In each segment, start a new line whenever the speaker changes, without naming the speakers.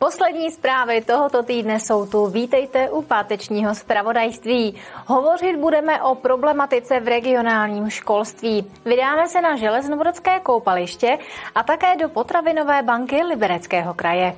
Poslední zprávy tohoto týdne jsou tu. Vítejte u pátečního zpravodajství. Hovořit budeme o problematice v regionálním školství. Vydáme se na Železnovodské koupaliště a také do potravinové banky Libereckého kraje.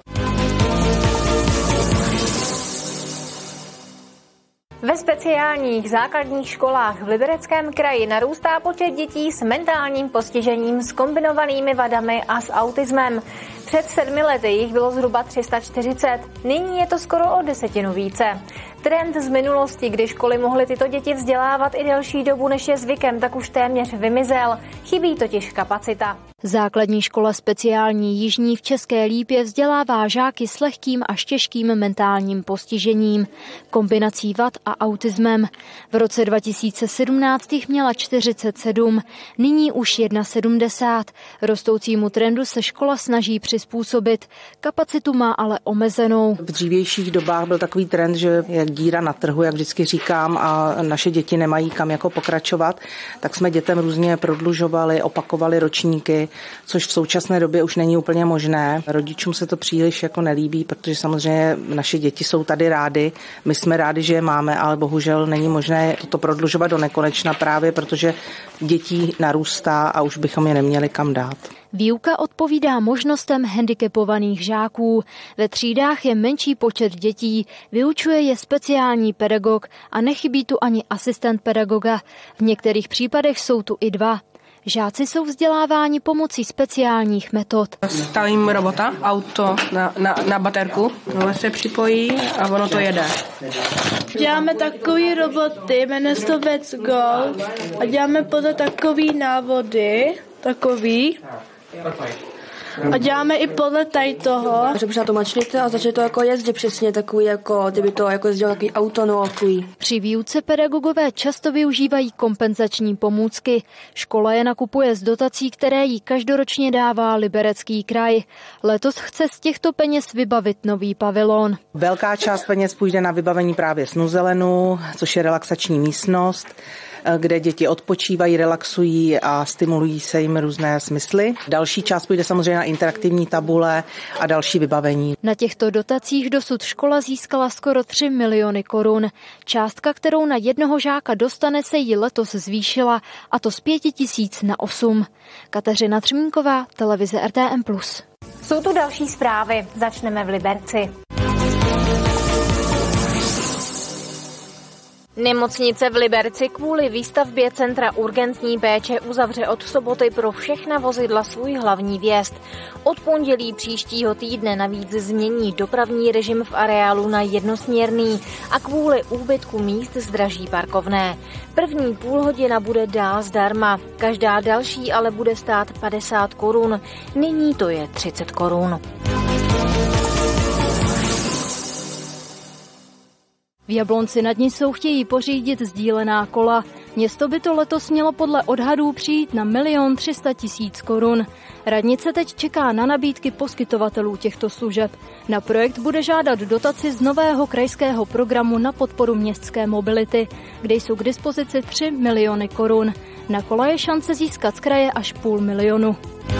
Ve speciálních základních školách v Libereckém kraji narůstá počet dětí s mentálním postižením, s kombinovanými vadami a s autismem. Před 7 lety jich bylo zhruba 340, nyní je to skoro o 10 více. Trend z minulosti, kdy školy mohly tyto děti vzdělávat i delší dobu, než je zvykem, tak už téměř vymizel. Chybí totiž kapacita.
Základní škola speciální Jižní v České Lípě vzdělává žáky s lehkým až těžkým mentálním postižením, kombinací vad a autismem. V roce 2017 jich měla 47, nyní už 71. Rostoucímu trendu se škola snaží přizpůsobit, kapacitu má ale omezenou.
V dřívějších dobách byl takový trend, že je díra na trhu, jak vždycky říkám, a naše děti nemají kam jako pokračovat, tak jsme dětem různě prodlužovali, opakovali ročníky, což v současné době už není úplně možné. Rodičům se to příliš jako nelíbí, protože samozřejmě naše děti jsou tady rády, my jsme rádi, že je máme, ale bohužel není možné toto prodlužovat do nekonečna právě, protože dětí narůstá a už bychom je neměli kam dát.
Výuka odpovídá možnostem handicapovaných žáků. Ve třídách je menší počet dětí, vyučuje je speciální pedagog a nechybí tu ani asistent pedagoga. V některých případech jsou tu i 2. Žáci jsou vzděláváni pomocí speciálních metod.
Stavím robota, auto na baterku, se připojí a ono to jede.
Děláme takový roboty, jmenuje se to Let's Go a děláme podle takový návody, takový. A děláme i podle tady toho.
Že na to mačnete a začne to jako jezdit přesně takový, jako kdyby to jako jezdilo takový auto nový.
Při výuce pedagogové často využívají kompenzační pomůcky. Škola je nakupuje z dotací, které jí každoročně dává Liberecký kraj. Letos chce z těchto peněz vybavit nový pavilon.
Velká část peněz půjde na vybavení právě Snuzelenu, což je relaxační místnost, kde děti odpočívají, relaxují a stimulují se jim různé smysly. Další část půjde samozřejmě na interaktivní tabule a další vybavení.
Na těchto dotacích dosud škola získala skoro 3 miliony korun. Částka, kterou na jednoho žáka dostane, se jí letos zvýšila, a to z 5 000 na 8. Kateřina Třmínková, televize RTM+.
Jsou tu další zprávy. Začneme v Liberci. Nemocnice v Liberci kvůli výstavbě centra urgentní péče uzavře od soboty pro všechna vozidla svůj hlavní vjezd. Od pondělí příštího týdne navíc změní dopravní režim v areálu na jednosměrný a kvůli úbytku míst zdraží parkovné. První půlhodina bude dál zdarma, každá další ale bude stát 50 korun. Nyní to je 30 korun.
V Jablonci nad Nisou chtějí pořídit sdílená kola. Město by to letos mělo podle odhadů přijít na 1 300 000 korun. Radnice teď čeká na nabídky poskytovatelů těchto služeb. Na projekt bude žádat dotaci z nového krajského programu na podporu městské mobility, kde jsou k dispozici 3 miliony korun. Na kola je šance získat z kraje až 500 000.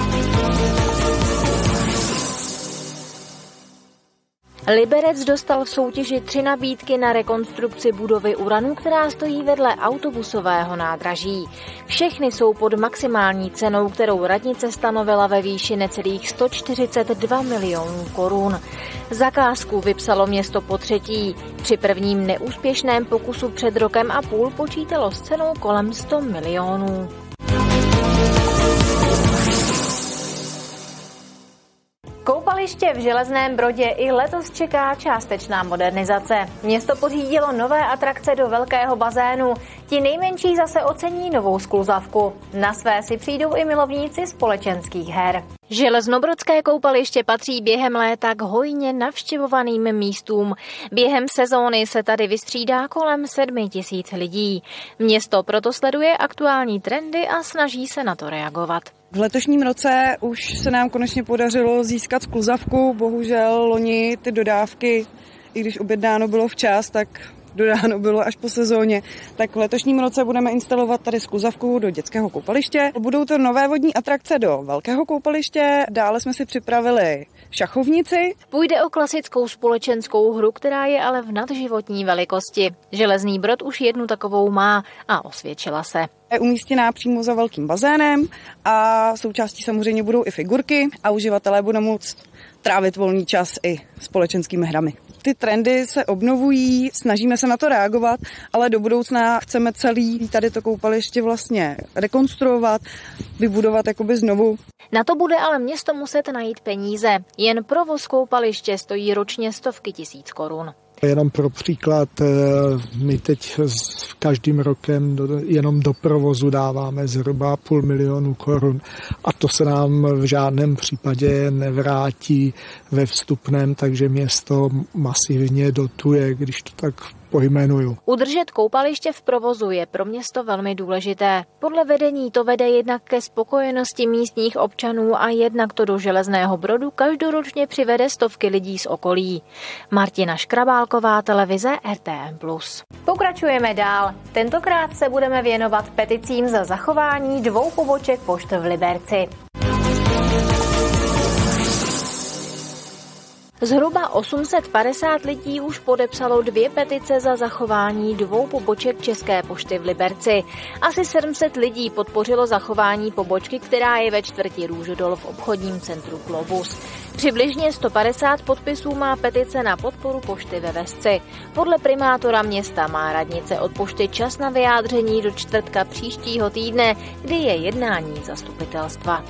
Liberec dostal v soutěži 3 nabídky na rekonstrukci budovy Uranu, která stojí vedle autobusového nádraží. Všechny jsou pod maximální cenou, kterou radnice stanovila ve výši necelých 142 milionů korun. Zakázku vypsalo město potřetí. Při prvním neúspěšném pokusu před 1,5 roku počítalo s cenou kolem 100 milionů. Koupaliště v Železném Brodě i letos čeká částečná modernizace. Město pořídilo nové atrakce do velkého bazénu, ti nejmenší zase ocení novou skluzavku. Na své si přijdou i milovníci společenských her. Železnobrodské koupaliště patří během léta k hojně navštěvovaným místům. Během sezóny se tady vystřídá kolem 7 000 lidí. Město proto sleduje aktuální trendy a snaží se na to reagovat.
V letošním roce už se nám konečně podařilo získat skluzavku, bohužel loni ty dodávky, i když objednáno bylo včas, tak dodáno bylo až po sezóně, tak v letošním roce budeme instalovat tady skluzavku do dětského koupaliště. Budou to nové vodní atrakce do velkého koupaliště, dále jsme si připravili šachovnici.
Půjde o klasickou společenskou hru, která je ale v nadživotní velikosti. Železný Brod už jednu takovou má a osvědčila se.
Je umístěná přímo za velkým bazénem a součástí samozřejmě budou i figurky a uživatelé budou moct trávit volný čas i společenskými hrami. Ty trendy se obnovují, snažíme se na to reagovat, ale do budoucna chceme celý tady to koupaliště vlastně rekonstruovat, vybudovat jakoby znovu.
Na to bude ale město muset najít peníze. Jen provoz koupaliště stojí ročně stovky tisíc korun.
Jenom pro příklad, my teď každým rokem jenom do provozu dáváme zhruba 500 000 korun a to se nám v žádném případě nevrátí ve vstupném, takže město masivně dotuje, když to tak pojmenuju.
Udržet koupaliště v provozu je pro město velmi důležité. Podle vedení to vede jednak ke spokojenosti místních občanů a jednak to do Železného Brodu každoročně přivede stovky lidí z okolí. Martina Škrabálková, televize RTM+. Pokračujeme dál. Tentokrát se budeme věnovat peticím za zachování 2 poboček pošt v Liberci. Zhruba 850 lidí už podepsalo 2 petice za zachování 2 poboček České pošty v Liberci. Asi 700 lidí podpořilo zachování pobočky, která je ve čtvrti Růžodol v obchodním centru Globus. Přibližně 150 podpisů má petice na podporu pošty ve Vesci. Podle primátora města má radnice od pošty čas na vyjádření do čtvrtka příštího týdne, kdy je jednání zastupitelstva.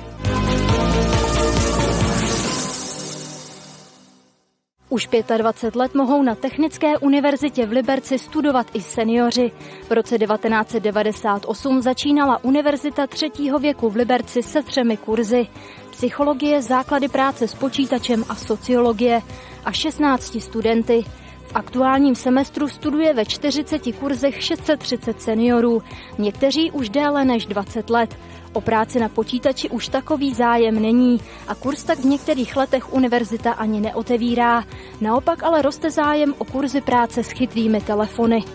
Už 25 let mohou na Technické univerzitě v Liberci studovat i seniori. V roce 1998 začínala univerzita 3. věku v Liberci se 3 kurzy. Psychologie, základy práce s počítačem a sociologie a 16 studenty. V aktuálním semestru studuje ve 40 kurzech 630 seniorů, někteří už déle než 20 let. O práci na počítači už takový zájem není a kurz tak v některých letech univerzita ani neotevírá. Naopak ale roste zájem o kurzy práce s chytrými telefony.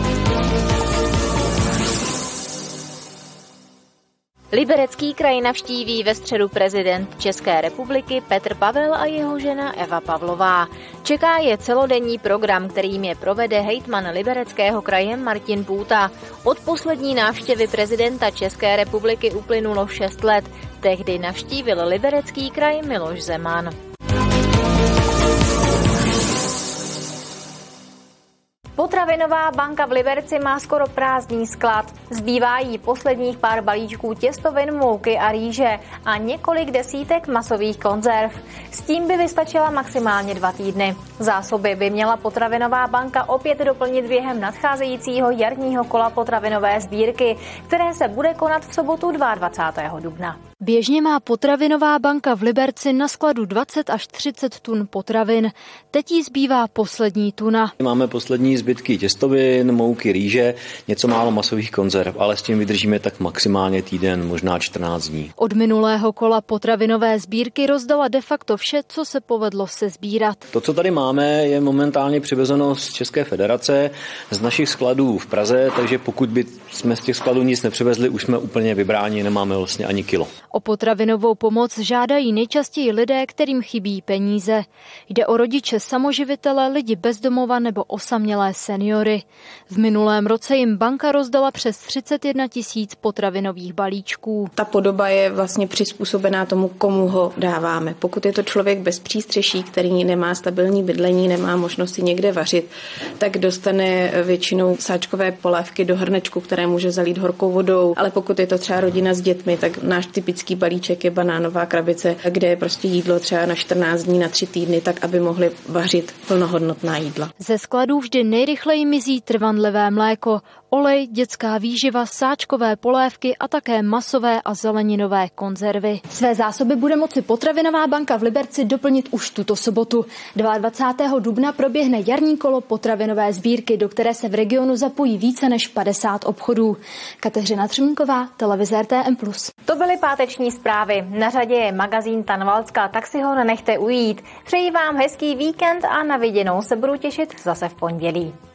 Liberecký kraj navštíví ve středu prezident České republiky Petr Pavel a jeho žena Eva Pavlová. Čeká je celodenní program, kterým je provede hejtman Libereckého kraje Martin Půta. Od poslední návštěvy prezidenta České republiky uplynulo 6 let. Tehdy navštívil Liberecký kraj Miloš Zeman. Potravinová banka v Liberci má skoro prázdný sklad. Zbývá jí posledních pár balíčků těstovin, mouky a rýže a několik desítek masových konzerv. S tím by vystačila maximálně 2 týdny. Zásoby by měla potravinová banka opět doplnit během nadcházejícího jarního kola potravinové sbírky, které se bude konat v sobotu 22. dubna.
Běžně má potravinová banka v Liberci na skladu 20 až 30 tun potravin. Teď jí zbývá poslední tuna.
Máme poslední zbytky těstovin, mouky, rýže, něco málo masových konzerv, ale s tím vydržíme tak maximálně týden, možná 14 dní.
Od minulého kola potravinové sbírky rozdala de facto vše, co se povedlo sesbírat.
To, co tady máme, je momentálně přivezeno z České federace, z našich skladů v Praze, takže pokud by jsme z těch skladů nic nepřivezli, už jsme úplně vybráni, nemáme vlastně ani kilo.
O potravinovou pomoc žádají nejčastěji lidé, kterým chybí peníze. Jde o rodiče samoživitele, lidi bez domova nebo osamělé seniory. V minulém roce jim banka rozdala přes 31 000 potravinových balíčků.
Ta podoba je vlastně přizpůsobená tomu, komu ho dáváme. Pokud je to člověk bez přístřeší, který nemá stabilní bydlení, nemá možnost si někde vařit, tak dostane většinou sáčkové polévky do hrnečku, které může zalít horkou vodou. Ale pokud je to třeba rodina s dětmi, tak náš typický balíček je banánová krabice, kde je prostě jídlo třeba na 14 dní, na 3 týdny, tak aby mohli vařit plnohodnotná jídla.
Ze skladů vždy nejrychleji mizí trvanlivé mléko, olej, dětská výživa, sáčkové polévky a také masové a zeleninové konzervy. Své zásoby bude moci potravinová banka v Liberci doplnit už tuto sobotu. 22. dubna proběhne jarní kolo potravinové sbírky, do které se v regionu zapojí více než 50 obchodů. Kateřina Třmínková, televize RTM+.
To byly páteční zprávy. Na řadě je magazín Tanvalska, tak si ho nenechte ujít. Přeji vám hezký víkend a na viděnou se budu těšit zase v pondělí.